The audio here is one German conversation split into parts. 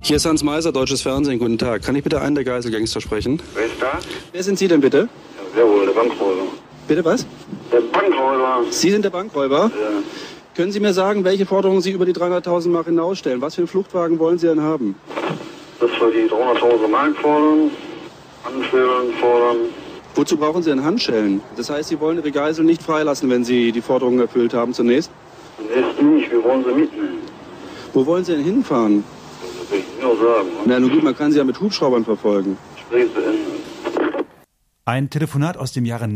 Hier ist Hans Meiser, Deutsches Fernsehen. Guten Tag. Kann ich bitte einen der Geiselgangster sprechen? Wer ist da? Wer sind Sie denn bitte? Ja, jawohl, der Bankräuber. Bitte was? Der Bankräuber. Sie sind der Bankräuber? Ja. Können Sie mir sagen, welche Forderungen Sie über die 300.000 Mark hinausstellen? Was für einen Fluchtwagen wollen Sie denn haben? Dass wir die 300.000 Mark fordern, Handschellen fordern. Wozu brauchen Sie denn Handschellen? Das heißt, Sie wollen Ihre Geisel nicht freilassen, wenn Sie die Forderungen erfüllt haben zunächst? Zunächst nicht, wir wollen sie mitnehmen. Wo wollen Sie denn hinfahren? Das will ich Ihnen nur sagen. Na nun gut, man kann Sie ja mit Hubschraubern verfolgen. Gespräch beendet. Ein Telefonat aus dem Jahre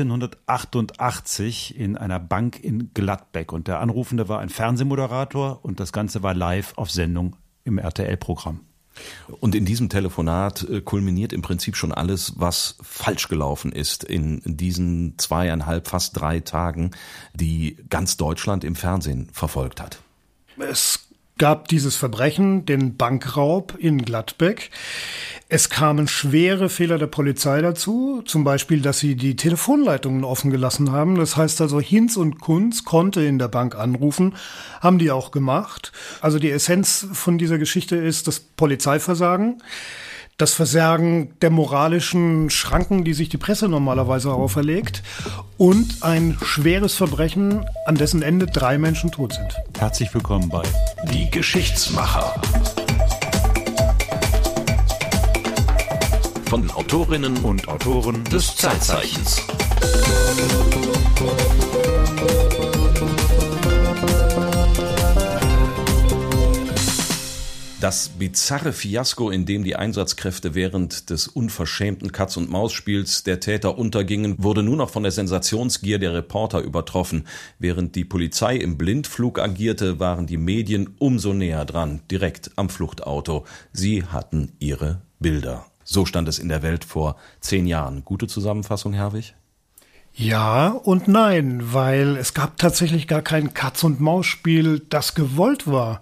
1988 in einer Bank in Gladbeck. Und der Anrufende war ein Fernsehmoderator und das Ganze war live auf Sendung im RTL-Programm. Und in diesem Telefonat kulminiert im Prinzip schon alles, was falsch gelaufen ist in diesen 2,5, fast 3 Tagen, die ganz Deutschland im Fernsehen verfolgt hat. Es gab dieses Verbrechen, den Bankraub in Gladbeck. Es kamen schwere Fehler der Polizei dazu, zum Beispiel, dass sie die Telefonleitungen offen gelassen haben. Das heißt also, Hinz und Kunz konnte in der Bank anrufen, haben die auch gemacht. Also die Essenz von dieser Geschichte ist das Polizeiversagen, das Versagen der moralischen Schranken, die sich die Presse normalerweise auferlegt, und ein schweres Verbrechen, an dessen Ende 3 Menschen tot sind. Herzlich willkommen bei Die Geschichtsmacher. Von den Autorinnen und Autoren des Zeitzeichens. Das bizarre Fiasko, in dem die Einsatzkräfte während des unverschämten Katz-und-Maus-Spiels der Täter untergingen, wurde nur noch von der Sensationsgier der Reporter übertroffen. Während die Polizei im Blindflug agierte, waren die Medien umso näher dran, direkt am Fluchtauto. Sie hatten ihre Bilder. So stand es in der Welt vor 10 Jahren. Gute Zusammenfassung, Herwig? Ja und nein, weil es gab tatsächlich gar kein Katz-und-Maus-Spiel, das gewollt war.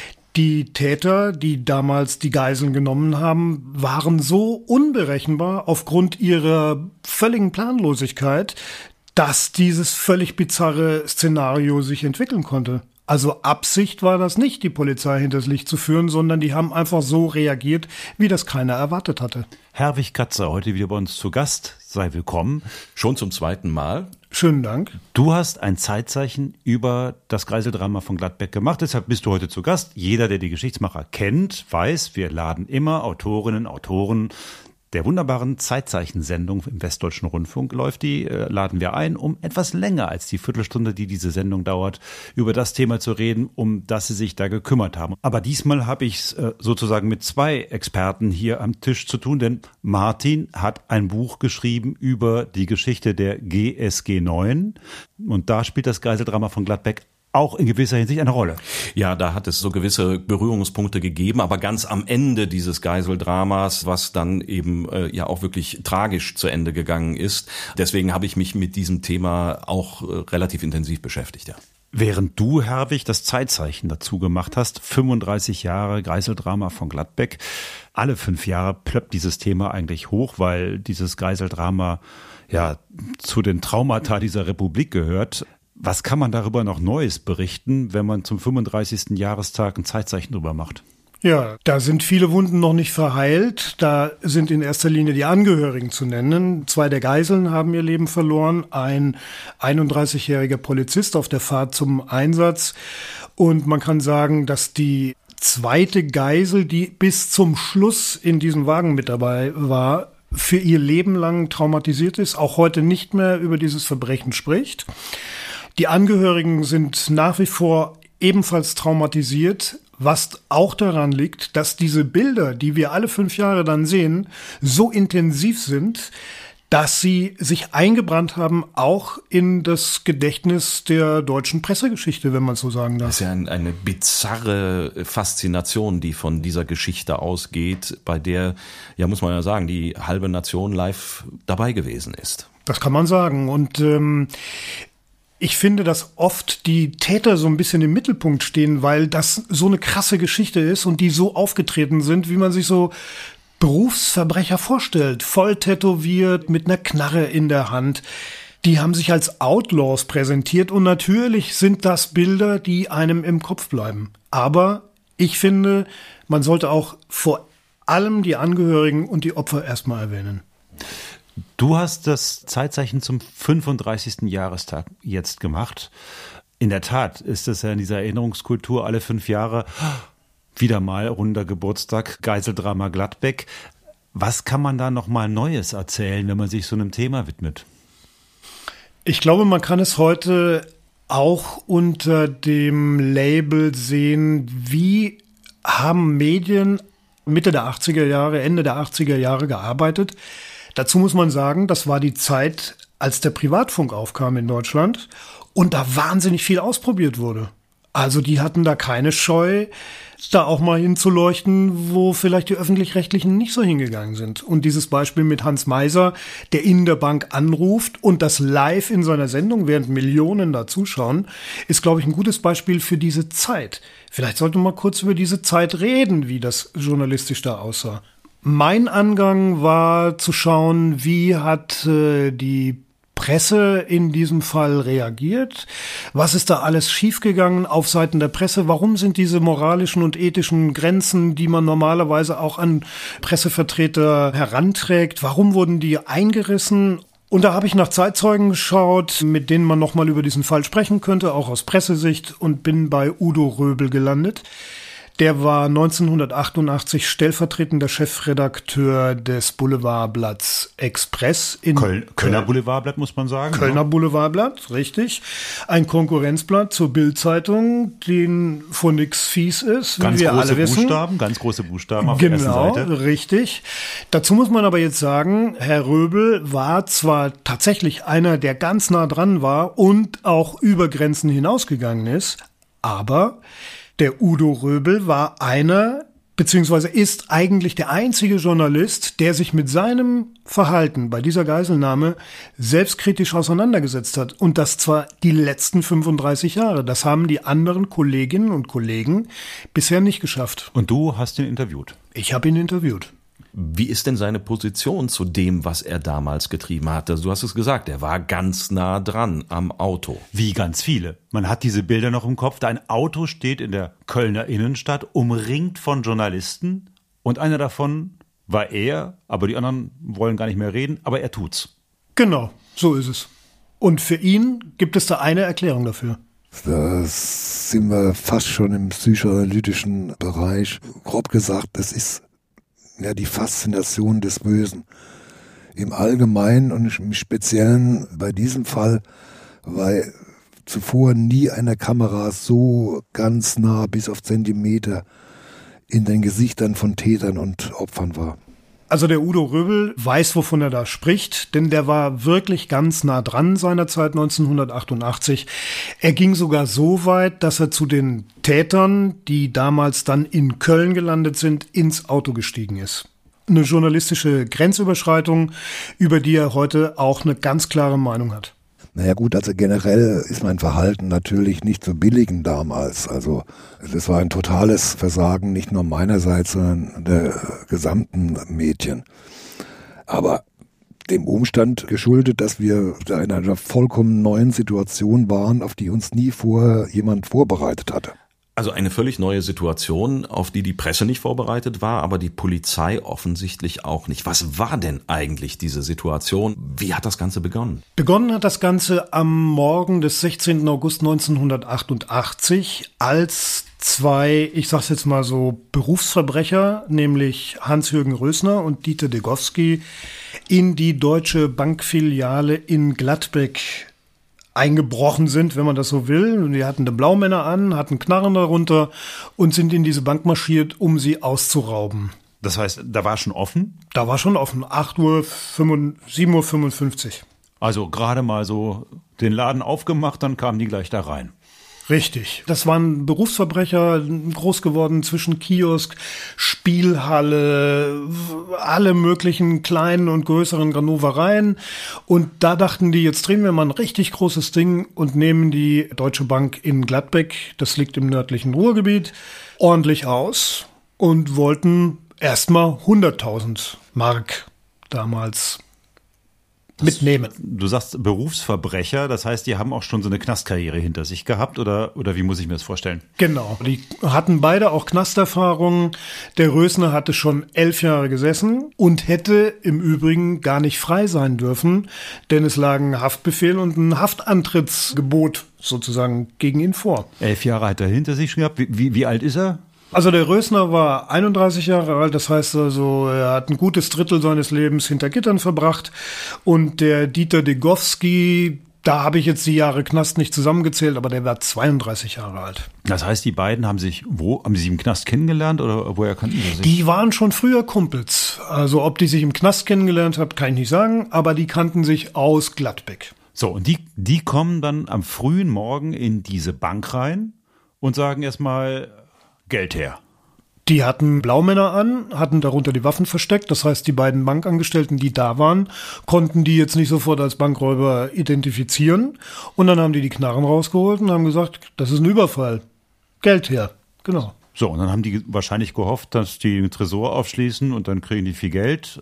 Die Täter, die damals die Geiseln genommen haben, waren so unberechenbar aufgrund ihrer völligen Planlosigkeit, dass dieses völlig bizarre Szenario sich entwickeln konnte. Also Absicht war das nicht, die Polizei hinters Licht zu führen, sondern die haben einfach so reagiert, wie das keiner erwartet hatte. Herwig Katzer, heute wieder bei uns zu Gast. Sei willkommen. Schon zum 2. Mal. Schönen Dank. Du hast ein Zeitzeichen über das Geiseldrama von Gladbeck gemacht, deshalb bist du heute zu Gast. Jeder, der die Geschichtsmacher kennt, weiß, wir laden immer Autorinnen, Autoren der wunderbaren Zeitzeichensendung im Westdeutschen Rundfunk läuft die, laden wir ein, um etwas länger als die Viertelstunde, die diese Sendung dauert, über das Thema zu reden, um das sie sich da gekümmert haben. Aber diesmal habe ich es sozusagen mit 2 Experten hier am Tisch zu tun, denn Martin hat ein Buch geschrieben über die Geschichte der GSG 9 und da spielt das Geiseldrama von Gladbeck auch in gewisser Hinsicht eine Rolle. Ja, da hat es so gewisse Berührungspunkte gegeben, aber ganz am Ende dieses Geiseldramas, was dann eben ja auch wirklich tragisch zu Ende gegangen ist. Deswegen habe ich mich mit diesem Thema auch relativ intensiv beschäftigt, ja. Während du, Herwig, das Zeitzeichen dazu gemacht hast, 35 Jahre Geiseldrama von Gladbeck, alle 5 Jahre plöppt dieses Thema eigentlich hoch, weil dieses Geiseldrama ja zu den Traumata dieser Republik gehört. Was kann man darüber noch Neues berichten, wenn man zum 35. Jahrestag ein Zeitzeichen drüber macht? Ja, da sind viele Wunden noch nicht verheilt. Da sind in erster Linie die Angehörigen zu nennen. 2 der Geiseln haben ihr Leben verloren. Ein 31-jähriger Polizist auf der Fahrt zum Einsatz. Und man kann sagen, dass die 2. Geisel, die bis zum Schluss in diesem Wagen mit dabei war, für ihr Leben lang traumatisiert ist, auch heute nicht mehr über dieses Verbrechen spricht. Die Angehörigen sind nach wie vor ebenfalls traumatisiert, was auch daran liegt, dass diese Bilder, die wir alle 5 Jahre dann sehen, so intensiv sind, dass sie sich eingebrannt haben, auch in das Gedächtnis der deutschen Pressegeschichte, wenn man so sagen darf. Das ist ja eine bizarre Faszination, die von dieser Geschichte ausgeht, bei der, ja muss man ja sagen, die halbe Nation live dabei gewesen ist. Das kann man sagen. Und ich finde, dass oft die Täter so ein bisschen im Mittelpunkt stehen, weil das so eine krasse Geschichte ist und die so aufgetreten sind, wie man sich so Berufsverbrecher vorstellt. Voll tätowiert, mit einer Knarre in der Hand. Die haben sich als Outlaws präsentiert und natürlich sind das Bilder, die einem im Kopf bleiben. Aber ich finde, man sollte auch vor allem die Angehörigen und die Opfer erstmal erwähnen. Du hast das Zeitzeichen zum 35. Jahrestag jetzt gemacht. In der Tat ist es ja in dieser Erinnerungskultur alle 5 Jahre wieder mal runder Geburtstag, Geiseldrama Gladbeck. Was kann man da noch mal Neues erzählen, wenn man sich so einem Thema widmet? Ich glaube, man kann es heute auch unter dem Label sehen, wie haben Medien Mitte der 80er Jahre, Ende der 80er Jahre gearbeitet. Dazu muss man sagen, das war die Zeit, als der Privatfunk aufkam in Deutschland und da wahnsinnig viel ausprobiert wurde. Also die hatten da keine Scheu, da auch mal hinzuleuchten, wo vielleicht die Öffentlich-Rechtlichen nicht so hingegangen sind. Und dieses Beispiel mit Hans Meiser, der in der Bank anruft und das live in seiner Sendung, während Millionen da zuschauen, ist, glaube ich, ein gutes Beispiel für diese Zeit. Vielleicht sollte man mal kurz über diese Zeit reden, wie das journalistisch da aussah. Mein Angang war zu schauen, wie hat die Presse in diesem Fall reagiert? Was ist da alles schiefgegangen auf Seiten der Presse? Warum sind diese moralischen und ethischen Grenzen, die man normalerweise auch an Pressevertreter heranträgt, warum wurden die eingerissen? Und da habe ich nach Zeitzeugen geschaut, mit denen man nochmal über diesen Fall sprechen könnte, auch aus Pressesicht, und bin bei Udo Röbel gelandet. Der war 1988 stellvertretender Chefredakteur des Boulevardblatts Express in Kölner Boulevardblatt, muss man sagen. Kölner Boulevardblatt, richtig. Ein Konkurrenzblatt zur Bild-Zeitung, den von nix fies ist, wie wir alle wissen. Ganz große Buchstaben auf der ersten Seite. Genau, richtig. Dazu muss man aber jetzt sagen, Herr Röbel war zwar tatsächlich einer, der ganz nah dran war und auch über Grenzen hinausgegangen ist, aber der Udo Röbel war einer, beziehungsweise ist eigentlich der einzige Journalist, der sich mit seinem Verhalten bei dieser Geiselnahme selbstkritisch auseinandergesetzt hat. Und das zwar die letzten 35 Jahre. Das haben die anderen Kolleginnen und Kollegen bisher nicht geschafft. Und du hast ihn interviewt? Ich habe ihn interviewt. Wie ist denn seine Position zu dem, was er damals getrieben hatte? Du hast es gesagt, er war ganz nah dran am Auto. Wie ganz viele. Man hat diese Bilder noch im Kopf. Ein Auto steht in der Kölner Innenstadt, umringt von Journalisten. Und einer davon war er, aber die anderen wollen gar nicht mehr reden, aber er tut's. Genau, so ist es. Und für ihn gibt es da eine Erklärung dafür. Da sind wir fast schon im psychoanalytischen Bereich. Grob gesagt, das ist ja die Faszination des Bösen. Im Allgemeinen und im Speziellen bei diesem Fall, weil zuvor nie eine Kamera so ganz nah bis auf Zentimeter in den Gesichtern von Tätern und Opfern war. Also der Udo Röbel weiß, wovon er da spricht, denn der war wirklich ganz nah dran seinerzeit 1988. Er ging sogar so weit, dass er zu den Tätern, die damals dann in Köln gelandet sind, ins Auto gestiegen ist. Eine journalistische Grenzüberschreitung, über die er heute auch eine ganz klare Meinung hat. Naja gut, also generell ist mein Verhalten natürlich nicht zu billigen damals. Also das war ein totales Versagen, nicht nur meinerseits, sondern der gesamten Medien. Aber dem Umstand geschuldet, dass wir da in einer vollkommen neuen Situation waren, auf die uns nie vorher jemand vorbereitet hatte. Also eine völlig neue Situation, auf die die Presse nicht vorbereitet war, aber die Polizei offensichtlich auch nicht. Was war denn eigentlich diese Situation? Wie hat das Ganze begonnen? Begonnen hat das Ganze am Morgen des 16. August 1988, als zwei, ich sag's jetzt mal so, Berufsverbrecher, nämlich Hans-Jürgen Rösner und Dieter Degowski, in die Deutsche Bankfiliale in Gladbeck eingebrochen sind, wenn man das so will. Und die hatten die Blaumänner an, hatten Knarren darunter und sind in diese Bank marschiert, um sie auszurauben. Das heißt, da war schon offen? Da war schon offen, 7:55 Uhr. Also gerade mal so den Laden aufgemacht, dann kamen die gleich da rein. Richtig. Das waren Berufsverbrecher, groß geworden zwischen Kiosk, Spielhalle, alle möglichen kleinen und größeren Ganovereien. Und da dachten die, jetzt drehen wir mal ein richtig großes Ding und nehmen die Deutsche Bank in Gladbeck, das liegt im nördlichen Ruhrgebiet, ordentlich aus und wollten erstmal 100.000 Mark damals mitnehmen. Du sagst Berufsverbrecher, das heißt, die haben auch schon so eine Knastkarriere hinter sich gehabt oder wie muss ich mir das vorstellen? Genau, die hatten beide auch Knasterfahrungen. Der Rösner hatte schon 11 Jahre gesessen und hätte im Übrigen gar nicht frei sein dürfen, denn es lagen ein Haftbefehl und ein Haftantrittsgebot sozusagen gegen ihn vor. 11 Jahre hat er hinter sich gehabt. Wie alt ist er? Also der Rösner war 31 Jahre alt, das heißt also, er hat ein gutes Drittel seines Lebens hinter Gittern verbracht. Und der Dieter Degowski, da habe ich jetzt die Jahre Knast nicht zusammengezählt, aber der war 32 Jahre alt. Das heißt, die beiden haben sie sich im Knast kennengelernt oder woher kannten sie sich? Die waren schon früher Kumpels. Also ob die sich im Knast kennengelernt haben, kann ich nicht sagen, aber die kannten sich aus Gladbeck. So, und die kommen dann am frühen Morgen in diese Bank rein und sagen erstmal Geld her. Die hatten Blaumänner an, hatten darunter die Waffen versteckt. Das heißt, die beiden Bankangestellten, die da waren, konnten die jetzt nicht sofort als Bankräuber identifizieren. Und dann haben die Knarren rausgeholt und haben gesagt, das ist ein Überfall. Geld her. Genau. So, und dann haben die wahrscheinlich gehofft, dass die den Tresor aufschließen und dann kriegen die viel Geld.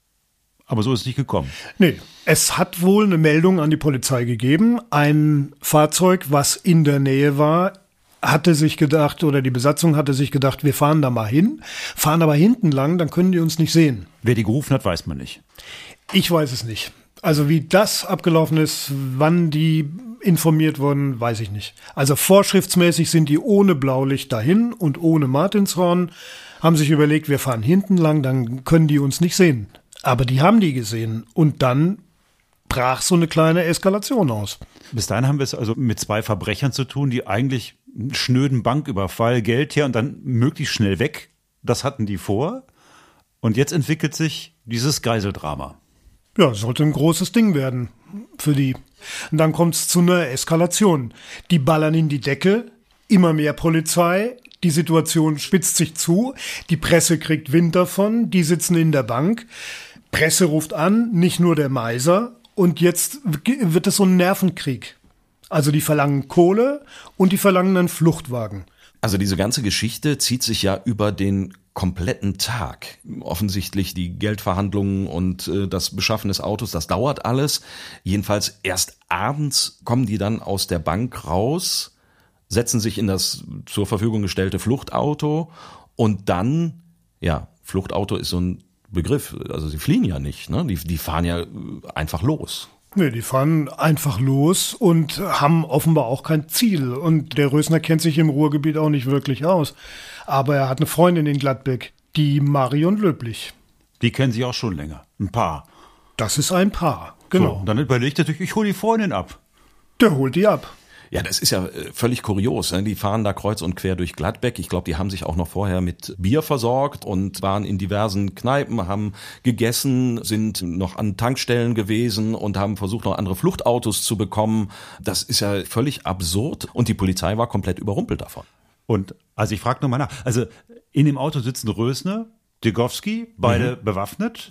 Aber so ist es nicht gekommen. Nee, es hat wohl eine Meldung an die Polizei gegeben. Ein Fahrzeug, was in der Nähe war, hatte sich gedacht, oder die Besatzung hatte sich gedacht, wir fahren da mal hin, fahren aber hinten lang, dann können die uns nicht sehen. Wer die gerufen hat, weiß man nicht. Ich weiß es nicht. Also wie das abgelaufen ist, wann die informiert wurden, weiß ich nicht. Also vorschriftsmäßig sind die ohne Blaulicht dahin und ohne Martinshorn, haben sich überlegt, wir fahren hinten lang, dann können die uns nicht sehen. Aber die haben die gesehen und dann brach so eine kleine Eskalation aus. Bis dahin haben wir es also mit zwei Verbrechern zu tun, die eigentlich einen schnöden Banküberfall, Geld her und dann möglichst schnell weg. Das hatten die vor. Und jetzt entwickelt sich dieses Geiseldrama. Ja, sollte ein großes Ding werden für die. Und dann kommt es zu einer Eskalation. Die ballern in die Decke, immer mehr Polizei, die Situation spitzt sich zu, die Presse kriegt Wind davon, die sitzen in der Bank, Presse ruft an, nicht nur der Meiser. Und jetzt wird es so ein Nervenkrieg. Also die verlangen Kohle und die verlangen einen Fluchtwagen. Also diese ganze Geschichte zieht sich ja über den kompletten Tag. Offensichtlich die Geldverhandlungen und das Beschaffen des Autos, das dauert alles. Jedenfalls erst abends kommen die dann aus der Bank raus, setzen sich in das zur Verfügung gestellte Fluchtauto und dann, ja, Fluchtauto ist so ein Begriff, also sie fliehen ja nicht, ne? Die fahren ja einfach los. Nee, die fahren einfach los und haben offenbar auch kein Ziel. Und der Rösner kennt sich im Ruhrgebiet auch nicht wirklich aus. Aber er hat eine Freundin in Gladbeck, die Marion Löblich. Die kennen sie auch schon länger. Ein Paar. Das ist ein Paar, genau. So, und dann überlegt er natürlich, ich hole die Freundin ab. Der holt die ab. Ja, das ist ja völlig kurios. Ne? Die fahren da kreuz und quer durch Gladbeck. Ich glaube, die haben sich auch noch vorher mit Bier versorgt und waren in diversen Kneipen, haben gegessen, sind noch an Tankstellen gewesen und haben versucht, noch andere Fluchtautos zu bekommen. Das ist ja völlig absurd. Und die Polizei war komplett überrumpelt davon. Und also ich frage nochmal nach. Also in dem Auto sitzen Rösner, Degowski, beide bewaffnet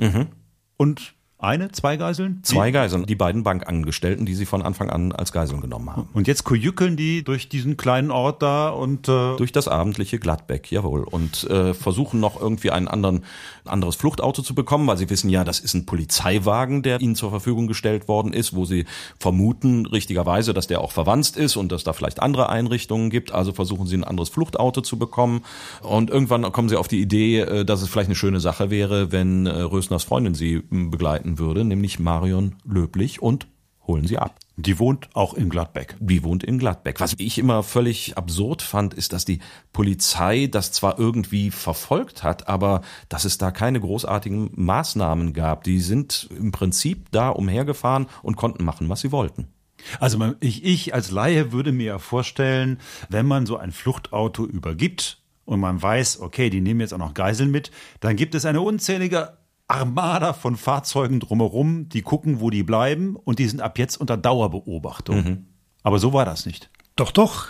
und zwei Geiseln? Zwei Geiseln, die beiden Bankangestellten, die sie von Anfang an als Geiseln genommen haben. Und jetzt kujückeln die durch diesen kleinen Ort da und durch das abendliche Gladbeck, jawohl. Und versuchen noch irgendwie ein anderes Fluchtauto zu bekommen, weil sie wissen ja, das ist ein Polizeiwagen, der ihnen zur Verfügung gestellt worden ist, wo sie vermuten richtigerweise, dass der auch verwandt ist und dass da vielleicht andere Einrichtungen gibt. Also versuchen sie ein anderes Fluchtauto zu bekommen. Und irgendwann kommen sie auf die Idee, dass es vielleicht eine schöne Sache wäre, wenn Rösners Freundin sie begleiten würde, nämlich Marion Löblich, und holen sie ab. Die wohnt auch in Gladbeck. Die wohnt in Gladbeck. Was ich immer völlig absurd fand, ist, dass die Polizei das zwar irgendwie verfolgt hat, aber dass es da keine großartigen Maßnahmen gab. Die sind im Prinzip da umhergefahren und konnten machen, was sie wollten. Also ich als Laie würde mir ja vorstellen, wenn man so ein Fluchtauto übergibt und man weiß, okay, die nehmen jetzt auch noch Geiseln mit, dann gibt es eine unzählige Armada von Fahrzeugen drumherum, die gucken, wo die bleiben, und die sind ab jetzt unter Dauerbeobachtung. Aber so war das nicht. Doch.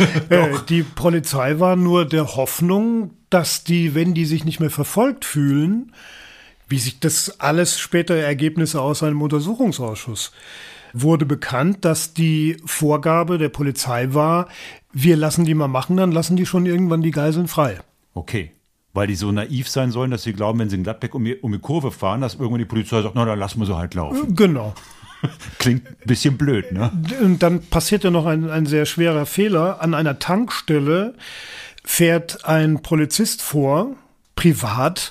Die Polizei war nur der Hoffnung, dass die, wenn die sich nicht mehr verfolgt fühlen, wie sich das alles später Ergebnisse aus einem Untersuchungsausschuss, wurde bekannt, dass die Vorgabe der Polizei war, wir lassen die mal machen, dann lassen die schon irgendwann die Geiseln frei. Okay. Weil die so naiv sein sollen, dass sie glauben, wenn sie in Gladbeck um die Kurve fahren, dass irgendwann die Polizei sagt, na, dann lassen wir sie halt laufen. Genau. Klingt ein bisschen blöd, ne? Und dann passiert ja noch ein sehr schwerer Fehler. An einer Tankstelle fährt ein Polizist vor, privat,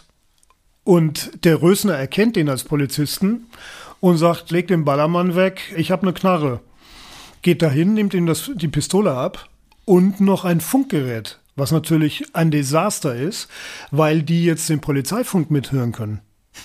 und der Rösner erkennt ihn als Polizisten und sagt, leg den Ballermann weg, ich habe eine Knarre. Geht dahin, nimmt ihm die Pistole ab und noch ein Funkgerät, was natürlich ein Desaster ist, weil die jetzt den Polizeifunk mithören können.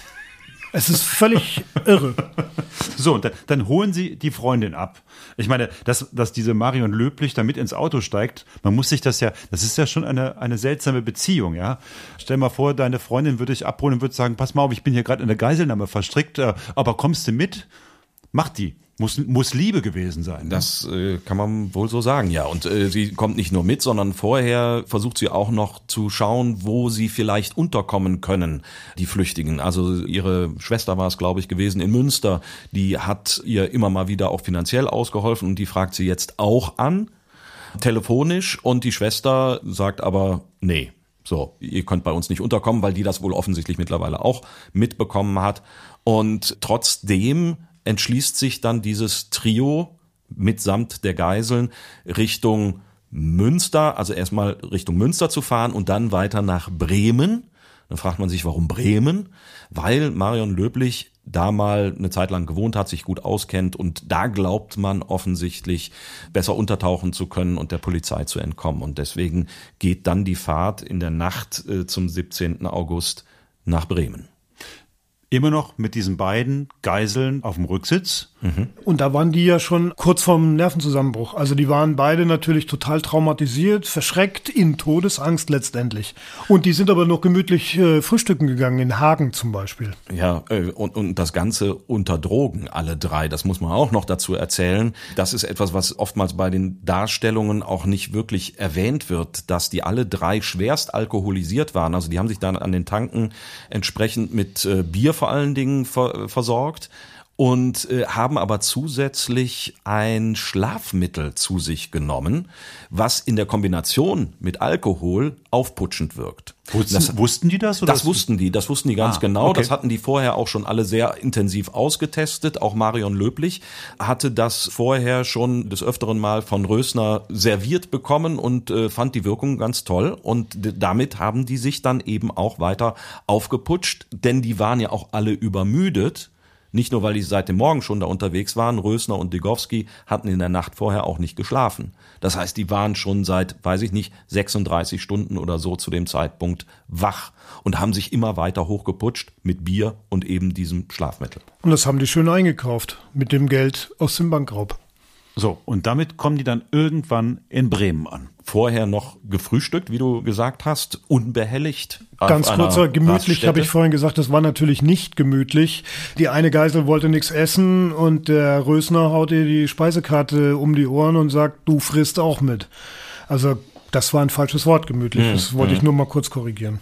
Es ist völlig irre. So, und dann holen sie die Freundin ab. Ich meine, dass diese Marion Löblich da mit ins Auto steigt, man muss sich das ist ja schon eine seltsame Beziehung, ja. Stell mal vor, deine Freundin würde dich abholen und würde sagen, pass mal auf, ich bin hier gerade in der Geiselnahme verstrickt, aber kommst du mit? Mach die. Muss Liebe gewesen sein. Das kann man wohl so sagen, ja. Und sie kommt nicht nur mit, sondern vorher versucht sie auch noch zu schauen, wo sie vielleicht unterkommen können, die Flüchtigen. Also ihre Schwester war es, glaube ich, gewesen in Münster. Die hat ihr immer mal wieder auch finanziell ausgeholfen und die fragt sie jetzt auch an, telefonisch. Und die Schwester sagt aber, nee. So, ihr könnt bei uns nicht unterkommen, weil die das wohl offensichtlich mittlerweile auch mitbekommen hat. Und trotzdem entschließt sich dann dieses Trio mitsamt der Geiseln Richtung Münster, also erstmal Richtung Münster zu fahren und dann weiter nach Bremen. Dann fragt man sich, warum Bremen? Weil Marion Löblich da mal eine Zeit lang gewohnt hat, sich gut auskennt und da glaubt man offensichtlich besser untertauchen zu können und der Polizei zu entkommen. Und deswegen geht dann die Fahrt in der Nacht zum 17. August nach Bremen. Immer noch mit diesen beiden Geiseln auf dem Rücksitz. Mhm. Und da waren die ja schon kurz vorm Nervenzusammenbruch. Also die waren beide natürlich total traumatisiert, verschreckt, in Todesangst letztendlich. Und die sind aber noch gemütlich frühstücken gegangen, in Hagen zum Beispiel. Ja, und das Ganze unter Drogen, alle drei. Das muss man auch noch dazu erzählen. Das ist etwas, was oftmals bei den Darstellungen auch nicht wirklich erwähnt wird, dass die alle drei schwerst alkoholisiert waren. Also die haben sich dann an den Tanken entsprechend mit Bier vor allen Dingen versorgt und haben aber zusätzlich ein Schlafmittel zu sich genommen, was in der Kombination mit Alkohol aufputschend wirkt. Wussten die das? Oder? Das wussten die ganz genau. Okay. Das hatten die vorher auch schon alle sehr intensiv ausgetestet. Auch Marion Löblich hatte das vorher schon des Öfteren mal von Rösner serviert bekommen und fand die Wirkung ganz toll. Und damit haben die sich dann eben auch weiter aufgeputscht, denn die waren ja auch alle übermüdet. Nicht nur, weil die seit dem Morgen schon da unterwegs waren, Rösner und Degowski hatten in der Nacht vorher auch nicht geschlafen. Das heißt, die waren schon seit, 36 Stunden oder so zu dem Zeitpunkt wach und haben sich immer weiter hochgeputscht mit Bier und eben diesem Schlafmittel. Und das haben die schön eingekauft mit dem Geld aus dem Bankraub. So, und damit kommen die dann irgendwann in Bremen an. Vorher noch gefrühstückt, wie du gesagt hast, unbehelligt. Ganz kurzer, gemütlich, habe ich vorhin gesagt, das war natürlich nicht gemütlich. Die eine Geisel wollte nichts essen und der Rösner haut ihr die Speisekarte um die Ohren und sagt, du frisst auch mit. Also das war ein falsches Wort, gemütlich. Das wollte ich nur mal kurz korrigieren.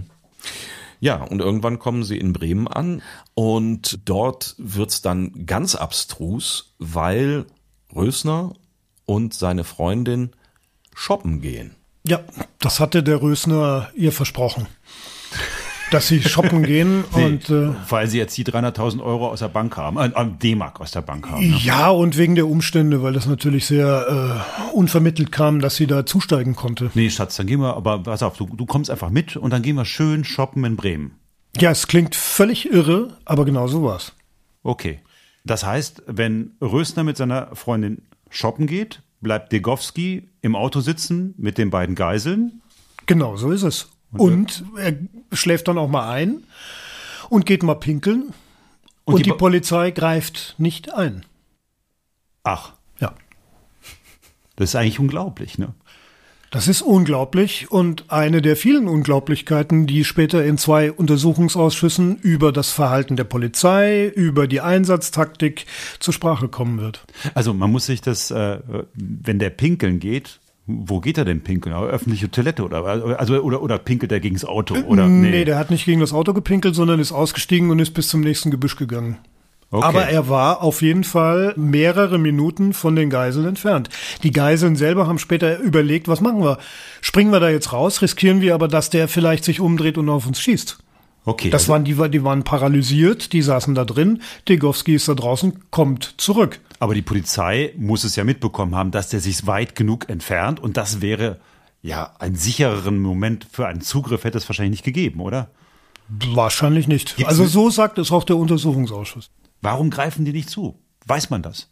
Ja, und irgendwann kommen sie in Bremen an und dort wird's dann ganz abstrus, weil Rösner und seine Freundin shoppen gehen. Ja, das hatte der Rösner ihr versprochen, dass sie shoppen gehen. Und weil sie jetzt die 300.000 Euro aus der Bank haben, D-Mark aus der Bank haben. Ne? Ja, und wegen der Umstände, weil das natürlich sehr unvermittelt kam, dass sie da zusteigen konnte. Nee, Schatz, dann gehen wir, aber pass auf, du kommst einfach mit und dann gehen wir schön shoppen in Bremen. Ja, es klingt völlig irre, aber genau so war's. Okay. Das heißt, wenn Rösner mit seiner Freundin shoppen geht, bleibt Degowski im Auto sitzen mit den beiden Geiseln. Genau, so ist es. Und er schläft dann auch mal ein und geht mal pinkeln. Und die Polizei greift nicht ein. Ach. Ja. Das ist eigentlich unglaublich, ne? Das ist unglaublich und eine der vielen Unglaublichkeiten, die später in 2 Untersuchungsausschüssen über das Verhalten der Polizei, über die Einsatztaktik zur Sprache kommen wird. Also man muss sich das, wenn der pinkeln geht, wo geht er denn pinkeln? Öffentliche Toilette oder pinkelt er gegen das Auto? Oder? Nee, der hat nicht gegen das Auto gepinkelt, sondern ist ausgestiegen und ist bis zum nächsten Gebüsch gegangen. Okay. Aber er war auf jeden Fall mehrere Minuten von den Geiseln entfernt. Die Geiseln selber haben später überlegt, was machen wir? Springen wir da jetzt raus? Riskieren wir aber, dass der vielleicht sich umdreht und auf uns schießt? Okay. Das waren die waren paralysiert, die saßen da drin. Degowski ist da draußen, kommt zurück. Aber die Polizei muss es ja mitbekommen haben, dass der sich weit genug entfernt. Und das wäre ja einen sichereren Moment für einen Zugriff hätte es wahrscheinlich nicht gegeben, oder? Wahrscheinlich nicht. Also so sagt es auch der Untersuchungsausschuss. Warum greifen die nicht zu? Weiß man das?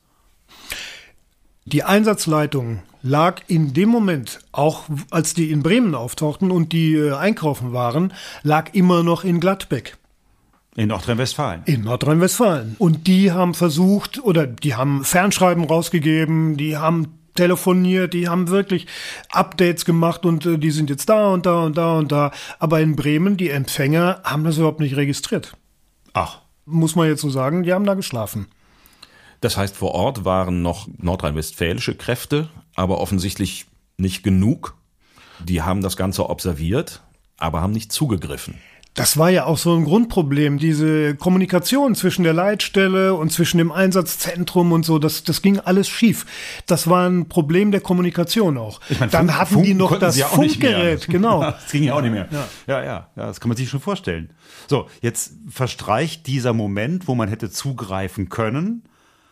Die Einsatzleitung lag in dem Moment, auch als die in Bremen auftauchten und die einkaufen waren, lag immer noch in Gladbeck. In Nordrhein-Westfalen. In Nordrhein-Westfalen. Und die haben versucht, oder die haben Fernschreiben rausgegeben, die haben telefoniert, die haben wirklich Updates gemacht und die sind jetzt da und da und da und da. Aber in Bremen, die Empfänger haben das überhaupt nicht registriert. Ach. Muss man jetzt so sagen, die haben da geschlafen. Das heißt, vor Ort waren noch nordrhein-westfälische Kräfte, aber offensichtlich nicht genug. Die haben das Ganze observiert, aber haben nicht zugegriffen. Das war ja auch so ein Grundproblem, diese Kommunikation zwischen der Leitstelle und zwischen dem Einsatzzentrum und so, das ging alles schief. Das war ein Problem der Kommunikation auch. Ich meine, dann hatten die noch das Funkgerät, genau. Das ging ja auch nicht mehr. Ja, das kann man sich schon vorstellen. So, jetzt verstreicht dieser Moment, wo man hätte zugreifen können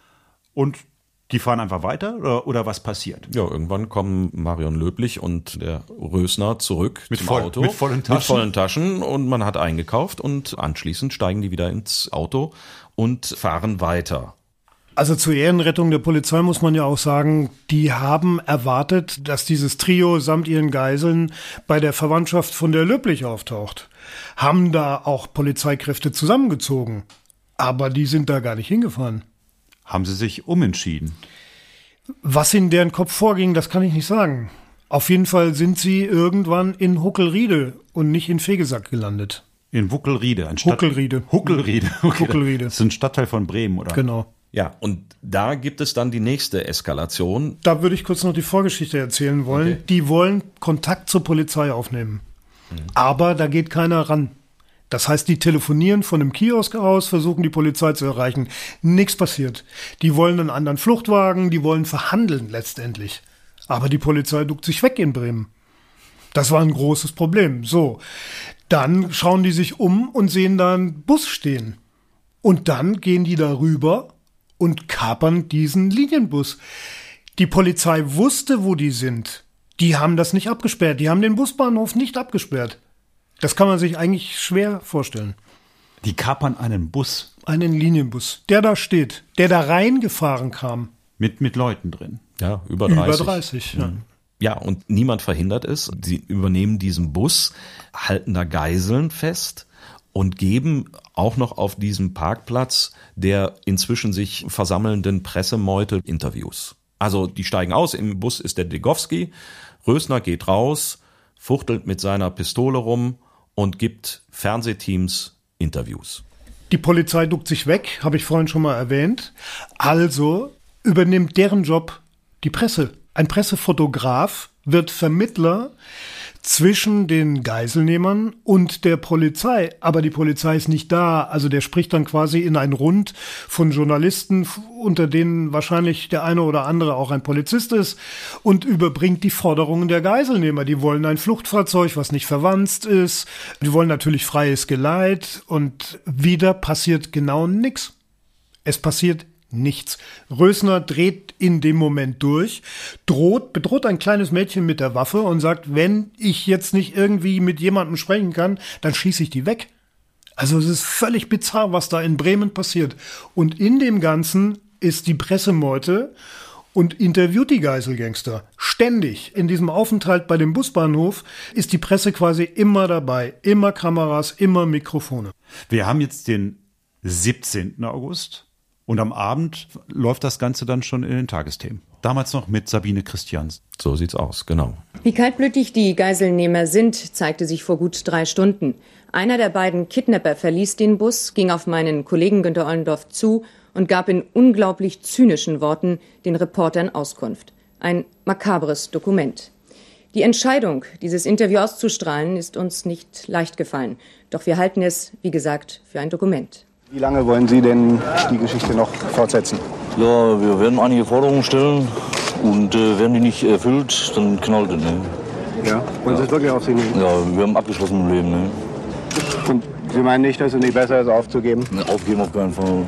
und die fahren einfach weiter oder was passiert? Ja, irgendwann kommen Marion Löblich und der Rösner zurück zum Auto. Mit vollen Taschen. Mit vollen Taschen und man hat eingekauft und anschließend steigen die wieder ins Auto und fahren weiter. Also zur Ehrenrettung der Polizei muss man ja auch sagen, die haben erwartet, dass dieses Trio samt ihren Geiseln bei der Verwandtschaft von der Löblich auftaucht. Haben da auch Polizeikräfte zusammengezogen. Aber die sind da gar nicht hingefahren. Haben sie sich umentschieden? Was in deren Kopf vorging, das kann ich nicht sagen. Auf jeden Fall sind sie irgendwann in Huckelriede und nicht in Vegesack gelandet. In Wuckelriede. Huckelriede. Huckelriede. Okay. Huckelriede. Das ist ein Stadtteil von Bremen, oder? Genau. Ja, und da gibt es dann die nächste Eskalation. Da würde ich kurz noch die Vorgeschichte erzählen wollen. Okay. Die wollen Kontakt zur Polizei aufnehmen. Aber da geht keiner ran. Das heißt, die telefonieren von einem Kiosk aus, versuchen die Polizei zu erreichen. Nichts passiert. Die wollen einen anderen Fluchtwagen, die wollen verhandeln letztendlich. Aber die Polizei duckt sich weg in Bremen. Das war ein großes Problem. So, dann schauen die sich um und sehen da einen Bus stehen. Und dann gehen die da rüber und kapern diesen Linienbus. Die Polizei wusste, wo die sind. Die haben das nicht abgesperrt. Die haben den Busbahnhof nicht abgesperrt. Das kann man sich eigentlich schwer vorstellen. Die kapern einen Bus. Einen Linienbus, der da steht, der da reingefahren kam. Mit Leuten drin. Ja, über 30. Über 30, ja. Ja, und niemand verhindert es. Sie übernehmen diesen Bus, halten da Geiseln fest und geben auch noch auf diesem Parkplatz der inzwischen sich versammelnden Pressemeute Interviews. Also die steigen aus, im Bus ist der Degowski, Rösner geht raus, fuchtelt mit seiner Pistole rum und gibt Fernsehteams Interviews. Die Polizei duckt sich weg, habe ich vorhin schon mal erwähnt. Also übernimmt deren Job die Presse. Ein Pressefotograf wird Vermittler zwischen den Geiselnehmern und der Polizei. Aber die Polizei ist nicht da. Also der spricht dann quasi in ein Rund von Journalisten, unter denen wahrscheinlich der eine oder andere auch ein Polizist ist, und überbringt die Forderungen der Geiselnehmer. Die wollen ein Fluchtfahrzeug, was nicht verwanzt ist. Die wollen natürlich freies Geleit. Und wieder passiert genau nichts. Es passiert nichts. Rösner dreht in dem Moment durch, bedroht ein kleines Mädchen mit der Waffe und sagt, wenn ich jetzt nicht irgendwie mit jemandem sprechen kann, dann schieße ich die weg. Also es ist völlig bizarr, was da in Bremen passiert. Und in dem Ganzen ist die Pressemeute und interviewt die Geiselgangster. Ständig. In diesem Aufenthalt bei dem Busbahnhof ist die Presse quasi immer dabei. Immer Kameras, immer Mikrofone. Wir haben jetzt den 17. August. Und am Abend läuft das Ganze dann schon in den Tagesthemen. Damals noch mit Sabine Christiansen. So sieht's aus, genau. Wie kaltblütig die Geiselnehmer sind, zeigte sich vor gut 3 Stunden. Einer der beiden Kidnapper verließ den Bus, ging auf meinen Kollegen Günter Ollendorf zu und gab in unglaublich zynischen Worten den Reportern Auskunft. Ein makabres Dokument. Die Entscheidung, dieses Interview auszustrahlen, ist uns nicht leicht gefallen. Doch wir halten es, wie gesagt, für ein Dokument. Wie lange wollen Sie denn die Geschichte noch fortsetzen? Ja, wir werden einige Forderungen stellen und werden die nicht erfüllt, dann knallt es. Ne? Ja, wollen Sie es wirklich auf sich nehmen? Ja, wir haben abgeschlossen im Leben. Ne? Und Sie meinen nicht, dass es nicht besser ist, aufzugeben? Ne, aufgeben auf keinen Fall.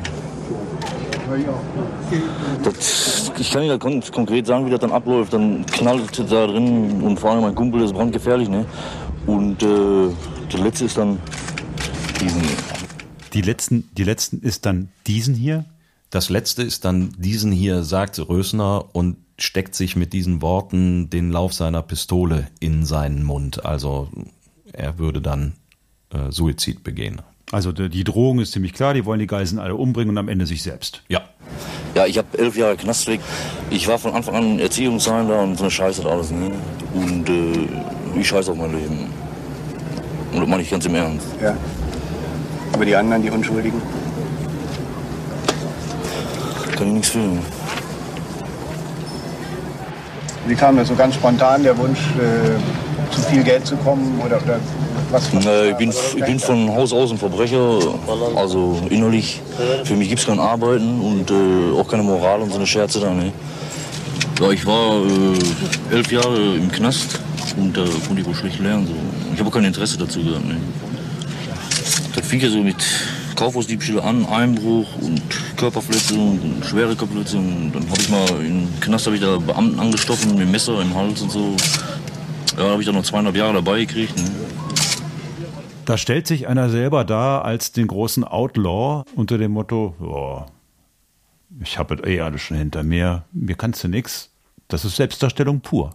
Ich kann Ihnen ganz konkret sagen, wie das dann abläuft. Dann knallt es da drin und vor allem mein Kumpel ist brandgefährlich. Ne? Und der letzte ist dann diesen. Die letzten ist dann diesen hier? Das letzte ist dann diesen hier, sagt Rösner und steckt sich mit diesen Worten den Lauf seiner Pistole in seinen Mund. Also er würde dann Suizid begehen. Also die Drohung ist ziemlich klar, die wollen die Geiseln alle umbringen und am Ende sich selbst. Ja. Ja, ich habe 11 Jahre Knast weg. Ich war von Anfang an Erziehungsheim und so eine Scheiße und alles. Ne? Und ich scheiße auf mein Leben. Und das meine ich ganz im Ernst. Ja. Aber die anderen, die Unschuldigen? Kann ich nichts fühlen. Wie kam das so ganz spontan, der Wunsch, zu viel Geld zu kommen? Oder was? Ich bin von Haus aus ein Verbrecher, also innerlich. Für mich gibt es kein Arbeiten und auch keine Moral und so eine Scherze da. Ne? Ja, ich war 11 Jahre im Knast und da konnte ich wohl schlecht lernen. So. Ich habe auch kein Interesse dazu gehabt. Ne? Das fing ja so mit Kaufhausdiebstähle an, Einbruch und Körperverletzung und schwere Körperverletzung. Dann habe ich mal im Knast da Beamten angestochen mit dem Messer im Hals und so. Ja, da habe ich dann noch 2,5 Jahre dabei gekriegt. Ne? Da stellt sich einer selber dar als den großen Outlaw unter dem Motto, oh, ich habe es alles schon hinter mir kannst du nix. Das ist Selbstdarstellung pur.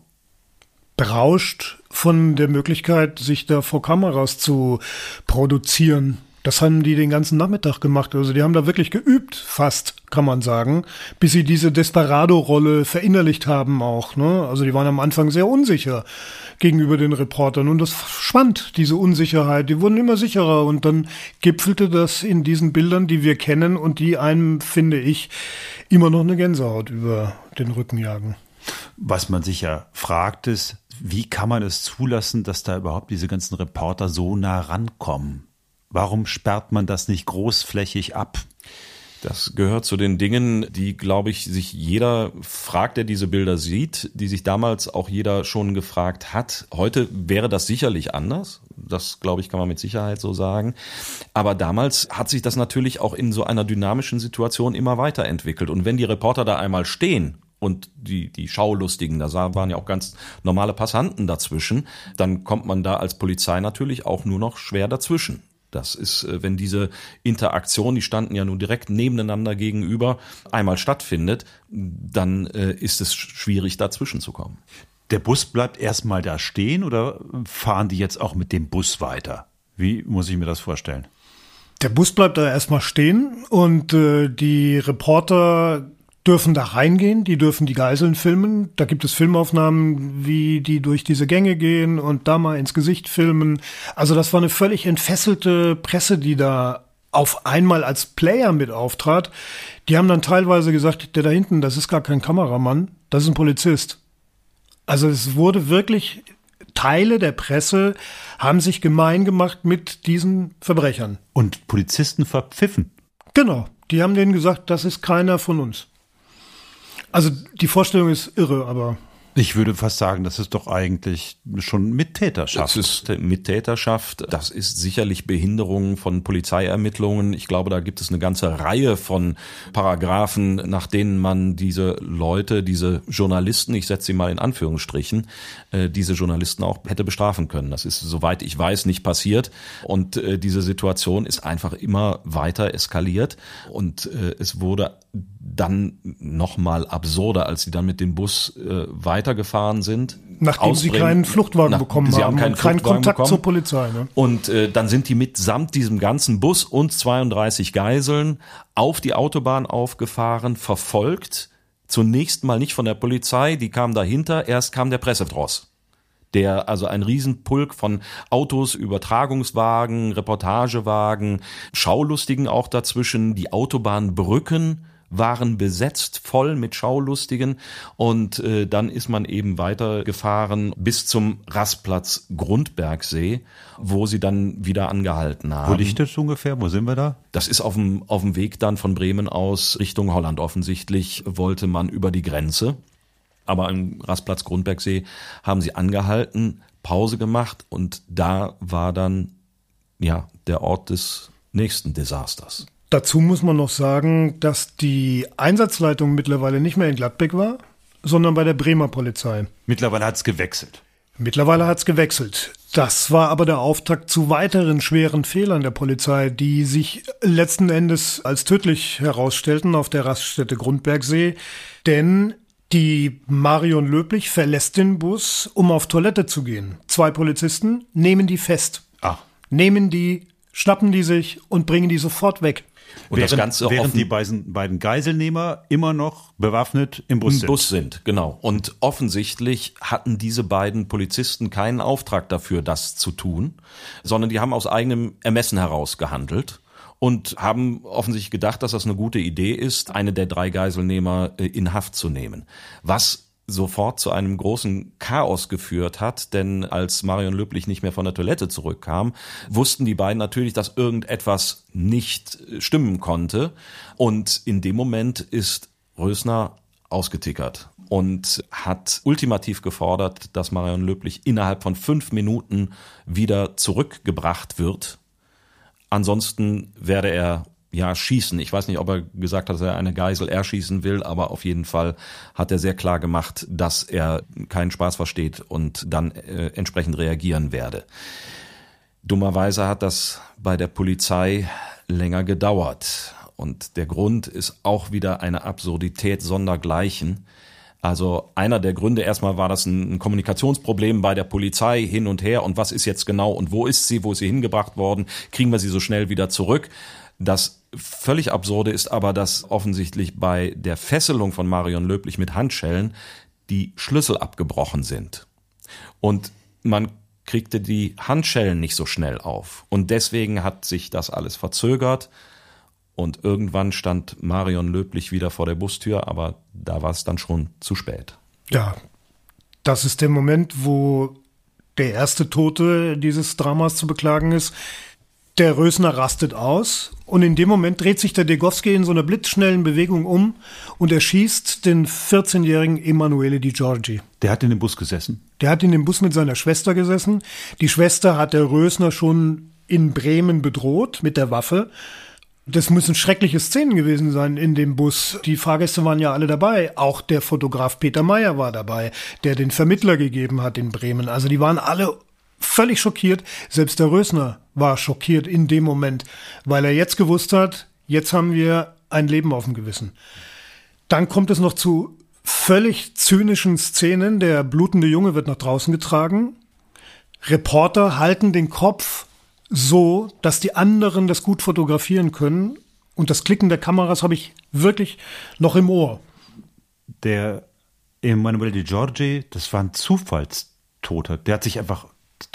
Berauscht von der Möglichkeit, sich da vor Kameras zu produzieren. Das haben die den ganzen Nachmittag gemacht. Also die haben da wirklich geübt, fast, kann man sagen, bis sie diese Desperado-Rolle verinnerlicht haben auch. Ne? Also die waren am Anfang sehr unsicher gegenüber den Reportern. Und das schwand, diese Unsicherheit. Die wurden immer sicherer. Und dann gipfelte das in diesen Bildern, die wir kennen und die einem, finde ich, immer noch eine Gänsehaut über den Rücken jagen. Was man sich ja fragt ist, wie kann man es zulassen, dass da überhaupt diese ganzen Reporter so nah rankommen? Warum sperrt man das nicht großflächig ab? Das gehört zu den Dingen, die, glaube ich, sich jeder fragt, der diese Bilder sieht, die sich damals auch jeder schon gefragt hat. Heute wäre das sicherlich anders. Das, glaube ich, kann man mit Sicherheit so sagen. Aber damals hat sich das natürlich auch in so einer dynamischen Situation immer weiterentwickelt. Und wenn die Reporter da einmal stehen und die Schaulustigen, da waren ja auch ganz normale Passanten dazwischen, dann kommt man da als Polizei natürlich auch nur noch schwer dazwischen. Das ist, wenn diese Interaktion, die standen ja nun direkt nebeneinander gegenüber, einmal stattfindet, dann ist es schwierig, dazwischen zu kommen. Der Bus bleibt erstmal da stehen oder fahren die jetzt auch mit dem Bus weiter? Wie muss ich mir das vorstellen? Der Bus bleibt da erstmal stehen und die Reporter dürfen da reingehen, die dürfen die Geiseln filmen. Da gibt es Filmaufnahmen, wie die durch diese Gänge gehen und da mal ins Gesicht filmen. Also das war eine völlig entfesselte Presse, die da auf einmal als Player mit auftrat. Die haben dann teilweise gesagt, der da hinten, das ist gar kein Kameramann, das ist ein Polizist. Also es wurde wirklich, Teile der Presse haben sich gemein gemacht mit diesen Verbrechern. Und Polizisten verpfiffen. Genau, die haben denen gesagt, das ist keiner von uns. Also die Vorstellung ist irre, aber... Ich würde fast sagen, das ist doch eigentlich schon Mittäterschaft. Das ist Mittäterschaft, das ist sicherlich Behinderung von Polizeiermittlungen. Ich glaube, da gibt es eine ganze Reihe von Paragraphen, nach denen man diese Leute, diese Journalisten, ich setze sie mal in Anführungsstrichen, diese Journalisten auch hätte bestrafen können. Das ist, soweit ich weiß, nicht passiert. Und diese Situation ist einfach immer weiter eskaliert. Und es wurde dann nochmal absurder, als sie dann mit dem Bus weitergefahren sind. Nachdem sie keinen Fluchtwagen bekommen haben und keinen Kontakt zur Polizei. Ne? Und dann sind die mitsamt diesem ganzen Bus und 32 Geiseln auf die Autobahn aufgefahren, verfolgt. Zunächst mal nicht von der Polizei, die kam dahinter, erst kam der Pressetross. Der, also ein Riesenpulk von Autos, Übertragungswagen, Reportagewagen, Schaulustigen auch dazwischen, die Autobahnbrücken waren besetzt, voll mit Schaulustigen, und dann ist man eben weitergefahren bis zum Rastplatz Grundbergsee, wo sie dann wieder angehalten haben. Wo liegt das ungefähr? Wo sind wir da? Das ist auf dem Weg dann von Bremen aus Richtung Holland. Offensichtlich wollte man über die Grenze. Aber am Rastplatz Grundbergsee haben sie angehalten, Pause gemacht, und da war dann der Ort des nächsten Desasters. Dazu muss man noch sagen, dass die Einsatzleitung mittlerweile nicht mehr in Gladbeck war, sondern bei der Bremer Polizei. Mittlerweile hat es gewechselt. Das war aber der Auftakt zu weiteren schweren Fehlern der Polizei, die sich letzten Endes als tödlich herausstellten auf der Raststätte Grundbergsee. Denn die Marion Löblich verlässt den Bus, um auf Toilette zu gehen. 2 Polizisten nehmen die fest. Schnappen die sich und bringen die sofort weg. Und während die beiden Geiselnehmer immer noch bewaffnet im Bus sind. Genau. Und offensichtlich hatten diese beiden Polizisten keinen Auftrag dafür, das zu tun, sondern die haben aus eigenem Ermessen heraus gehandelt und haben offensichtlich gedacht, dass das eine gute Idee ist, eine der 3 Geiselnehmer in Haft zu nehmen. Was sofort zu einem großen Chaos geführt hat, denn als Marion Löblich nicht mehr von der Toilette zurückkam, wussten die beiden natürlich, dass irgendetwas nicht stimmen konnte, und in dem Moment ist Rösner ausgetickert und hat ultimativ gefordert, dass Marion Löblich innerhalb von 5 Minuten wieder zurückgebracht wird. Ansonsten werde er schießen. Ich weiß nicht, ob er gesagt hat, dass er eine Geisel erschießen will, aber auf jeden Fall hat er sehr klar gemacht, dass er keinen Spaß versteht und dann entsprechend reagieren werde. Dummerweise hat das bei der Polizei länger gedauert, und der Grund ist auch wieder eine Absurdität sondergleichen. Also einer der Gründe, erstmal war das ein Kommunikationsproblem bei der Polizei, hin und her, und was ist jetzt genau und wo ist sie hingebracht worden, kriegen wir sie so schnell wieder zurück. Das völlig Absurde ist aber, dass offensichtlich bei der Fesselung von Marion Löblich mit Handschellen die Schlüssel abgebrochen sind. Und man kriegte die Handschellen nicht so schnell auf. Und deswegen hat sich das alles verzögert. Und irgendwann stand Marion Löblich wieder vor der Bustür, aber da war es dann schon zu spät. Ja, das ist der Moment, wo der erste Tote dieses Dramas zu beklagen ist. Der Rösner rastet aus, und in dem Moment dreht sich der Degowski in so einer blitzschnellen Bewegung um und erschießt den 14-jährigen Emanuele Di Giorgi. Der hat in dem Bus gesessen? Der hat in dem Bus mit seiner Schwester gesessen. Die Schwester hat der Rösner schon in Bremen bedroht mit der Waffe. Das müssen schreckliche Szenen gewesen sein in dem Bus. Die Fahrgäste waren ja alle dabei. Auch der Fotograf Peter Meyer war dabei, der den Vermittler gegeben hat in Bremen. Also die waren alle völlig schockiert. Selbst der Rösner war schockiert in dem Moment, weil er jetzt gewusst hat, jetzt haben wir ein Leben auf dem Gewissen. Dann kommt es noch zu völlig zynischen Szenen. Der blutende Junge wird nach draußen getragen. Reporter halten den Kopf so, dass die anderen das gut fotografieren können. Und das Klicken der Kameras habe ich wirklich noch im Ohr. Der Emanuele Di Giorgi, das war ein Zufallstoter. Der hat sich einfach...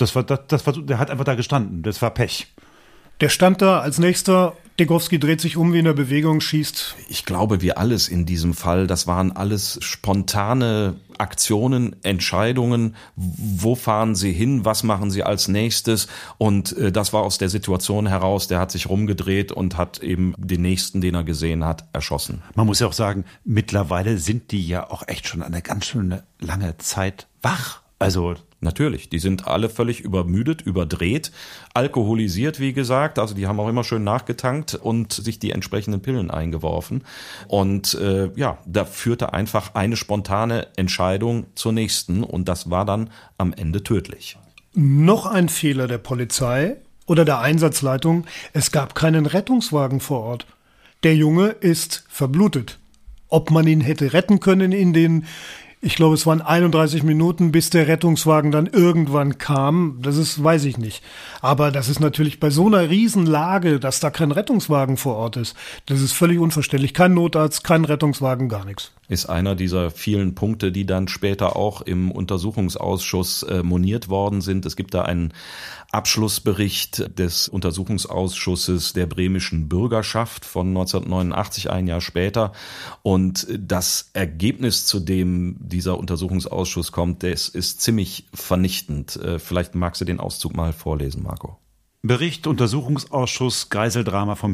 der hat einfach da gestanden. Das war Pech. Der stand da als nächster. Degowski dreht sich um wie in der Bewegung, schießt. Ich glaube, wie alles in diesem Fall, das waren alles spontane Aktionen, Entscheidungen. Wo fahren sie hin? Was machen sie als nächstes? Und das war aus der Situation heraus. Der hat sich rumgedreht und hat eben den nächsten, den er gesehen hat, erschossen. Man muss ja auch sagen, mittlerweile sind die ja auch echt schon eine ganz schöne lange Zeit wach. Also natürlich, die sind alle völlig übermüdet, überdreht, alkoholisiert, wie gesagt. Also die haben auch immer schön nachgetankt und sich die entsprechenden Pillen eingeworfen. Und da führte einfach eine spontane Entscheidung zur nächsten. Und das war dann am Ende tödlich. Noch ein Fehler der Polizei oder der Einsatzleitung. Es gab keinen Rettungswagen vor Ort. Der Junge ist verblutet. Ob man ihn hätte retten können in den Ich glaube, es waren 31 Minuten, bis der Rettungswagen dann irgendwann kam. Weiß ich nicht. Aber das ist natürlich bei so einer Riesenlage, dass da kein Rettungswagen vor Ort ist. Das ist völlig unverständlich. Kein Notarzt, kein Rettungswagen, gar nichts. Ist einer dieser vielen Punkte, die dann später auch im Untersuchungsausschuss moniert worden sind. Es gibt da einen Abschlussbericht des Untersuchungsausschusses der bremischen Bürgerschaft von 1989, ein Jahr später. Und das Ergebnis, zu dem dieser Untersuchungsausschuss kommt, das ist ziemlich vernichtend. Vielleicht magst du den Auszug mal vorlesen, Marco. Bericht Untersuchungsausschuss Geiseldrama vom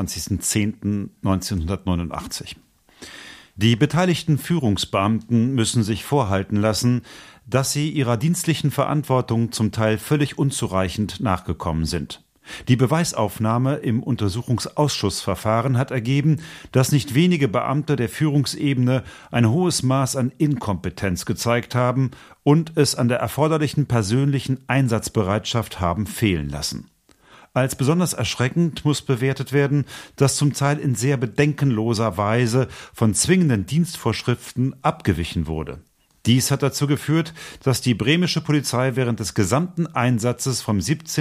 27.10.1989. Die beteiligten Führungsbeamten müssen sich vorhalten lassen, dass sie ihrer dienstlichen Verantwortung zum Teil völlig unzureichend nachgekommen sind. Die Beweisaufnahme im Untersuchungsausschussverfahren hat ergeben, dass nicht wenige Beamte der Führungsebene ein hohes Maß an Inkompetenz gezeigt haben und es an der erforderlichen persönlichen Einsatzbereitschaft haben fehlen lassen. Als besonders erschreckend muss bewertet werden, dass zum Teil in sehr bedenkenloser Weise von zwingenden Dienstvorschriften abgewichen wurde. Dies hat dazu geführt, dass die bremische Polizei während des gesamten Einsatzes vom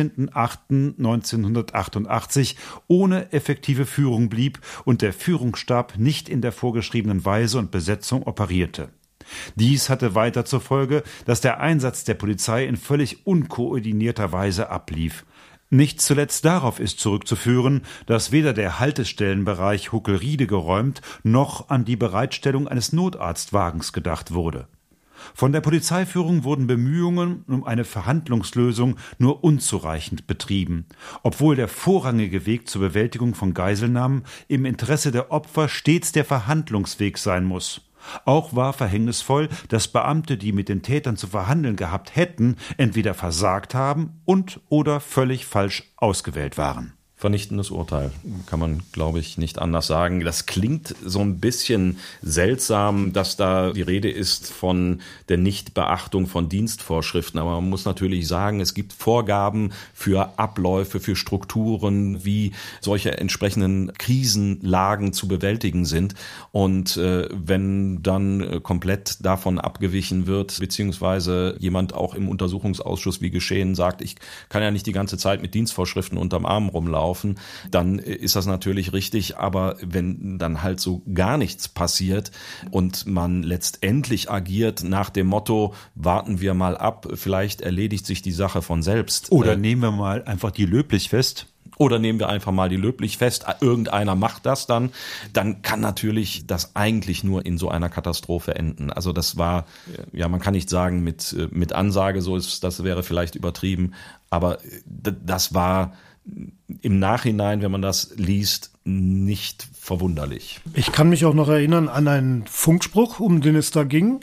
17.08.1988 ohne effektive Führung blieb und der Führungsstab nicht in der vorgeschriebenen Weise und Besetzung operierte. Dies hatte weiter zur Folge, dass der Einsatz der Polizei in völlig unkoordinierter Weise ablief. Nicht zuletzt darauf ist zurückzuführen, dass weder der Haltestellenbereich Huckelriede geräumt noch an die Bereitstellung eines Notarztwagens gedacht wurde. Von der Polizeiführung wurden Bemühungen um eine Verhandlungslösung nur unzureichend betrieben, obwohl der vorrangige Weg zur Bewältigung von Geiselnahmen im Interesse der Opfer stets der Verhandlungsweg sein muss. Auch war verhängnisvoll, dass Beamte, die mit den Tätern zu verhandeln gehabt hätten, entweder versagt haben und oder völlig falsch ausgewählt waren. Vernichtendes Urteil, kann man, glaube ich, nicht anders sagen. Das klingt so ein bisschen seltsam, dass da die Rede ist von der Nichtbeachtung von Dienstvorschriften. Aber man muss natürlich sagen, es gibt Vorgaben für Abläufe, für Strukturen, wie solche entsprechenden Krisenlagen zu bewältigen sind. Und wenn dann komplett davon abgewichen wird, beziehungsweise jemand auch im Untersuchungsausschuss wie geschehen sagt, ich kann ja nicht die ganze Zeit mit Dienstvorschriften unterm Arm rumlaufen, dann ist das natürlich richtig, aber wenn dann halt so gar nichts passiert und man letztendlich agiert nach dem Motto, warten wir mal ab, vielleicht erledigt sich die Sache von selbst. Oder nehmen wir mal einfach die Löblich fest. Oder nehmen wir einfach mal die Löblich fest, irgendeiner macht das dann kann natürlich das eigentlich nur in so einer Katastrophe enden. Also das war, ja, man kann nicht sagen mit Ansage, so ist, das wäre vielleicht übertrieben, aber das war im Nachhinein, wenn man das liest, nicht verwunderlich. Ich kann mich auch noch erinnern an einen Funkspruch, um den es da ging.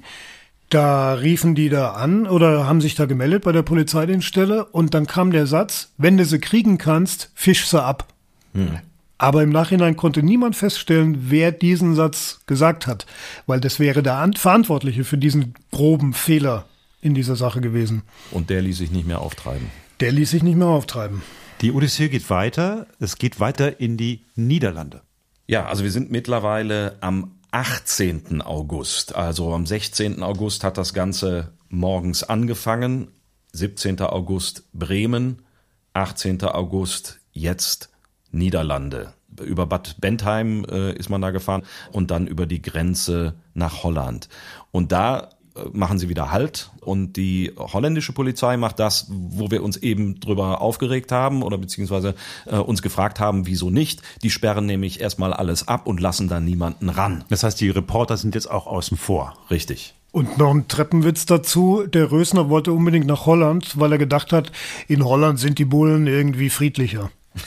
Da riefen die da an oder haben sich da gemeldet bei der Polizeidienststelle und dann kam der Satz, wenn du sie kriegen kannst, fisch sie ab. Aber im Nachhinein konnte niemand feststellen, wer diesen Satz gesagt hat, weil das wäre der Verantwortliche für diesen groben Fehler in dieser Sache gewesen. Und der ließ sich nicht mehr auftreiben. Die Odyssee geht weiter. Es geht weiter in die Niederlande. Ja, also wir sind mittlerweile am 18. August. Also am 16. August hat das Ganze morgens angefangen. 17. August Bremen. 18. August jetzt Niederlande. Über Bad Bentheim ist man da gefahren und dann über die Grenze nach Holland. Und da machen sie wieder Halt und die holländische Polizei macht das, wo wir uns eben drüber aufgeregt haben oder beziehungsweise uns gefragt haben, wieso nicht. Die sperren nämlich erstmal alles ab und lassen dann niemanden ran. Das heißt, die Reporter sind jetzt auch außen vor. Richtig. Und noch ein Treppenwitz dazu. Der Rösner wollte unbedingt nach Holland, weil er gedacht hat, in Holland sind die Bullen irgendwie friedlicher.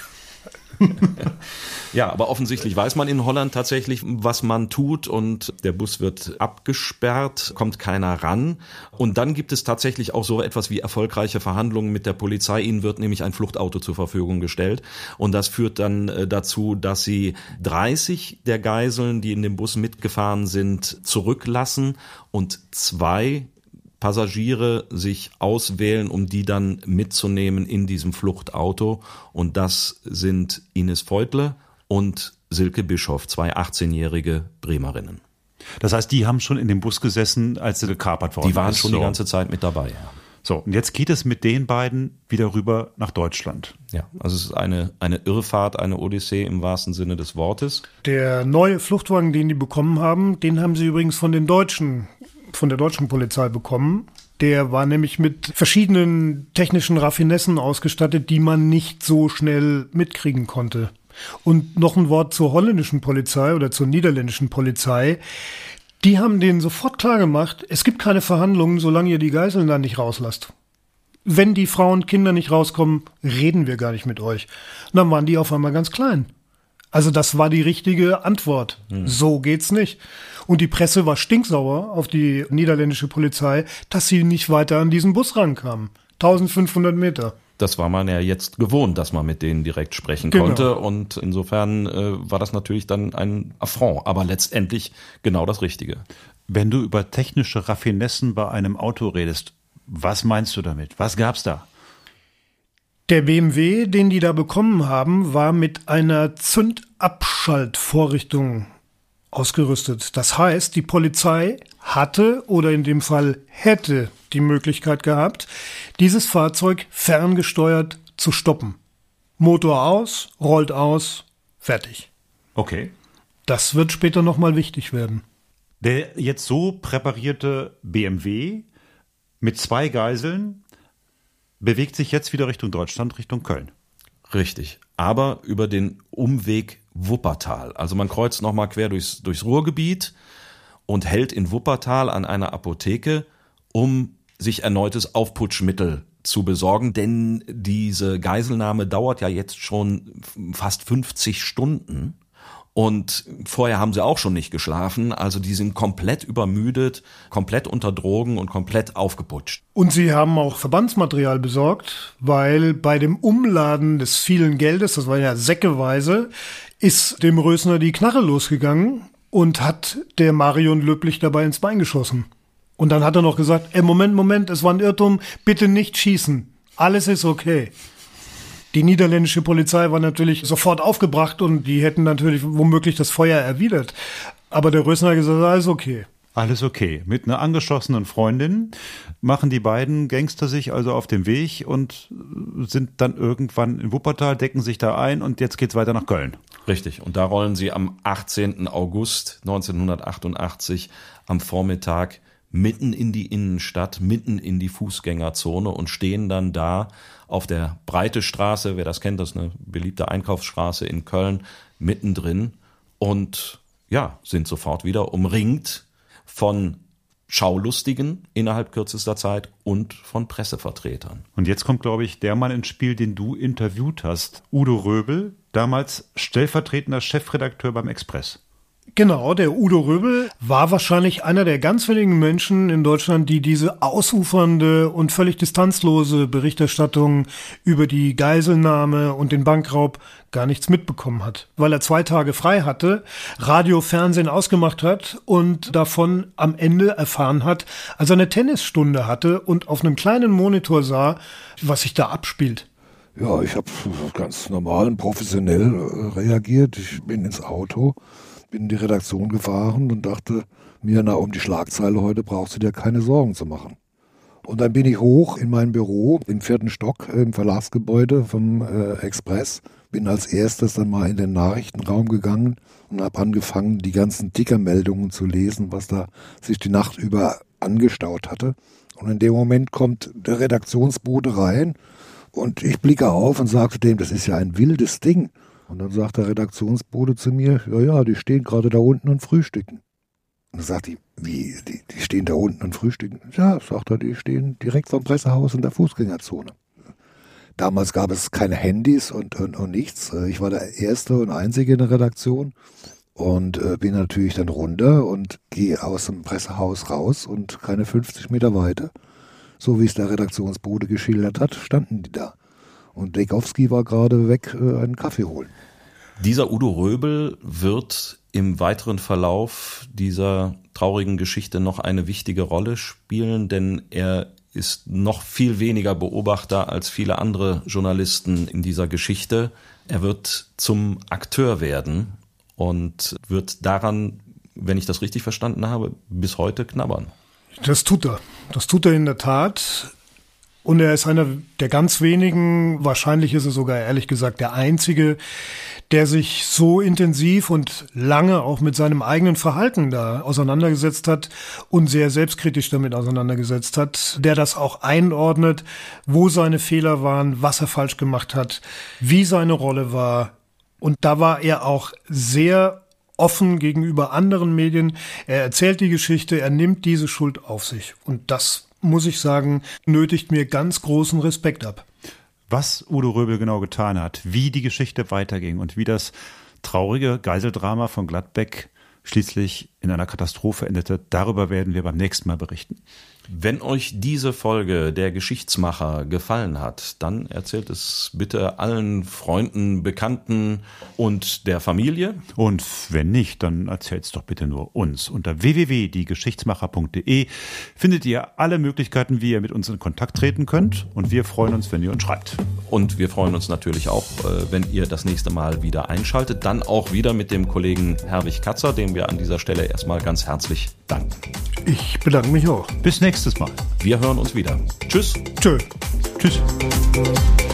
Ja, aber offensichtlich weiß man in Holland tatsächlich, was man tut und der Bus wird abgesperrt, kommt keiner ran. Und dann gibt es tatsächlich auch so etwas wie erfolgreiche Verhandlungen mit der Polizei. Ihnen wird nämlich ein Fluchtauto zur Verfügung gestellt und das führt dann dazu, dass sie 30 der Geiseln, die in dem Bus mitgefahren sind, zurücklassen und 2 Passagiere sich auswählen, um die dann mitzunehmen in diesem Fluchtauto. Und das sind Ines Voitle und Silke Bischoff, 2 18-jährige Bremerinnen. Das heißt, die haben schon in dem Bus gesessen, als sie gekapert worden Die waren ist. schon die ganze Zeit mit dabei, ja. So, und jetzt geht es mit den beiden wieder rüber nach Deutschland. Ja, also es ist eine Irrfahrt, eine Odyssee im wahrsten Sinne des Wortes. Der neue Fluchtwagen, den die bekommen haben, den haben sie übrigens von der deutschen Polizei bekommen. Der war nämlich mit verschiedenen technischen Raffinessen ausgestattet, die man nicht so schnell mitkriegen konnte. Und noch ein Wort zur holländischen Polizei oder zur niederländischen Polizei. Die haben denen sofort klar gemacht, es gibt keine Verhandlungen, solange ihr die Geiseln da nicht rauslasst. Wenn die Frauen und Kinder nicht rauskommen, reden wir gar nicht mit euch. Und dann waren die auf einmal ganz klein. Also das war die richtige Antwort. So geht's nicht. Und die Presse war stinksauer auf die niederländische Polizei, dass sie nicht weiter an diesen Bus rankamen. 1500 Meter. Das war man ja jetzt gewohnt, dass man mit denen direkt sprechen konnte. Und insofern war das natürlich dann ein Affront, aber letztendlich genau das Richtige. Wenn du über technische Raffinessen bei einem Auto redest, was meinst du damit? Was gab's da? Der BMW, den die da bekommen haben, war mit einer Zündabschaltvorrichtung ausgerüstet. Das heißt, die Polizei hatte oder in dem Fall hätte die Möglichkeit gehabt, dieses Fahrzeug ferngesteuert zu stoppen. Motor aus, rollt aus, fertig. Okay. Das wird später nochmal wichtig werden. Der jetzt so präparierte BMW mit 2 Geiseln bewegt sich jetzt wieder Richtung Deutschland, Richtung Köln. Richtig, aber über den Umweg Wuppertal. Also man kreuzt nochmal quer durchs Ruhrgebiet und hält in Wuppertal an einer Apotheke, um sich erneutes Aufputschmittel zu besorgen, denn diese Geiselnahme dauert ja jetzt schon fast 50 Stunden. Und vorher haben sie auch schon nicht geschlafen, also die sind komplett übermüdet, komplett unter Drogen und komplett aufgeputscht. Und sie haben auch Verbandsmaterial besorgt, weil bei dem Umladen des vielen Geldes, das war ja säckeweise, ist dem Rösner die Knarre losgegangen und hat der Marion löblich dabei ins Bein geschossen. Und dann hat er noch gesagt, Moment, es war ein Irrtum, bitte nicht schießen, alles ist okay. Die niederländische Polizei war natürlich sofort aufgebracht und die hätten natürlich womöglich das Feuer erwidert. Aber der Rösner hat gesagt, alles okay. Alles okay. Mit einer angeschossenen Freundin machen die beiden Gangster sich also auf den Weg und sind dann irgendwann in Wuppertal, decken sich da ein und jetzt geht's weiter nach Köln. Richtig. Und da rollen sie am 18. August 1988 am Vormittag mitten in die Innenstadt, mitten in die Fußgängerzone und stehen dann da auf der Breite Straße, wer das kennt, das ist eine beliebte Einkaufsstraße in Köln, mittendrin und ja, sind sofort wieder umringt von Schaulustigen innerhalb kürzester Zeit und von Pressevertretern. Und jetzt kommt, glaube ich, der Mann ins Spiel, den du interviewt hast, Udo Röbel, damals stellvertretender Chefredakteur beim Express. Genau, der Udo Röbel war wahrscheinlich einer der ganz wenigen Menschen in Deutschland, die diese ausufernde und völlig distanzlose Berichterstattung über die Geiselnahme und den Bankraub gar nichts mitbekommen hat. Weil er 2 Tage frei hatte, Radio, Fernsehen ausgemacht hat und davon am Ende erfahren hat, als er eine Tennisstunde hatte und auf einem kleinen Monitor sah, was sich da abspielt. Ja, ich habe ganz normal und professionell reagiert. Ich bin ins Auto, bin in die Redaktion gefahren und dachte mir, um die Schlagzeile heute brauchst du dir keine Sorgen zu machen. Und dann bin ich hoch in mein Büro im 4. Stock im Verlagsgebäude vom Express, bin als erstes dann mal in den Nachrichtenraum gegangen und habe angefangen, die ganzen Tickermeldungen zu lesen, was da sich die Nacht über angestaut hatte. Und in dem Moment kommt der Redaktionsbote rein und ich blicke auf und sage zu dem, das ist ja ein wildes Ding. Und dann sagt der Redaktionsbote zu mir, ja, die stehen gerade da unten und frühstücken. Und dann sagt die, wie, die stehen da unten und frühstücken? Ja, sagt er, die stehen direkt vom Pressehaus in der Fußgängerzone. Damals gab es keine Handys und nichts. Ich war der Erste und Einzige in der Redaktion und bin natürlich dann runter und gehe aus dem Pressehaus raus und keine 50 Meter weiter, so wie es der Redaktionsbote geschildert hat, standen die da. Und Dekowski war gerade weg, einen Kaffee holen. Dieser Udo Röbel wird im weiteren Verlauf dieser traurigen Geschichte noch eine wichtige Rolle spielen, denn er ist noch viel weniger Beobachter als viele andere Journalisten in dieser Geschichte. Er wird zum Akteur werden und wird daran wenn ich das richtig verstanden habe, bis heute knabbern. Das tut er. Das tut er in der Tat. Und er ist einer der ganz wenigen, wahrscheinlich ist er sogar ehrlich gesagt der Einzige, der sich so intensiv und lange auch mit seinem eigenen Verhalten da auseinandergesetzt hat und sehr selbstkritisch damit auseinandergesetzt hat, der das auch einordnet, wo seine Fehler waren, was er falsch gemacht hat, wie seine Rolle war. Und da war er auch sehr offen gegenüber anderen Medien. Er erzählt die Geschichte, er nimmt diese Schuld auf sich. Und das, muss ich sagen, nötigt mir ganz großen Respekt ab. Was Udo Röbel genau getan hat, wie die Geschichte weiterging und wie das traurige Geiseldrama von Gladbeck schließlich in einer Katastrophe endete, darüber werden wir beim nächsten Mal berichten. Wenn euch diese Folge der Geschichtsmacher gefallen hat, dann erzählt es bitte allen Freunden, Bekannten und der Familie. Und wenn nicht, dann erzählt es doch bitte nur uns. Unter www.diegeschichtsmacher.de findet ihr alle Möglichkeiten, wie ihr mit uns in Kontakt treten könnt. Und wir freuen uns, wenn ihr uns schreibt. Und wir freuen uns natürlich auch, wenn ihr das nächste Mal wieder einschaltet. Dann auch wieder mit dem Kollegen Herwig Katzer, dem wir an dieser Stelle erstmal ganz herzlich danken. Ich bedanke mich auch. Bis nächstes Mal. Wir hören uns wieder. Tschüss. Tschö. Tschüss.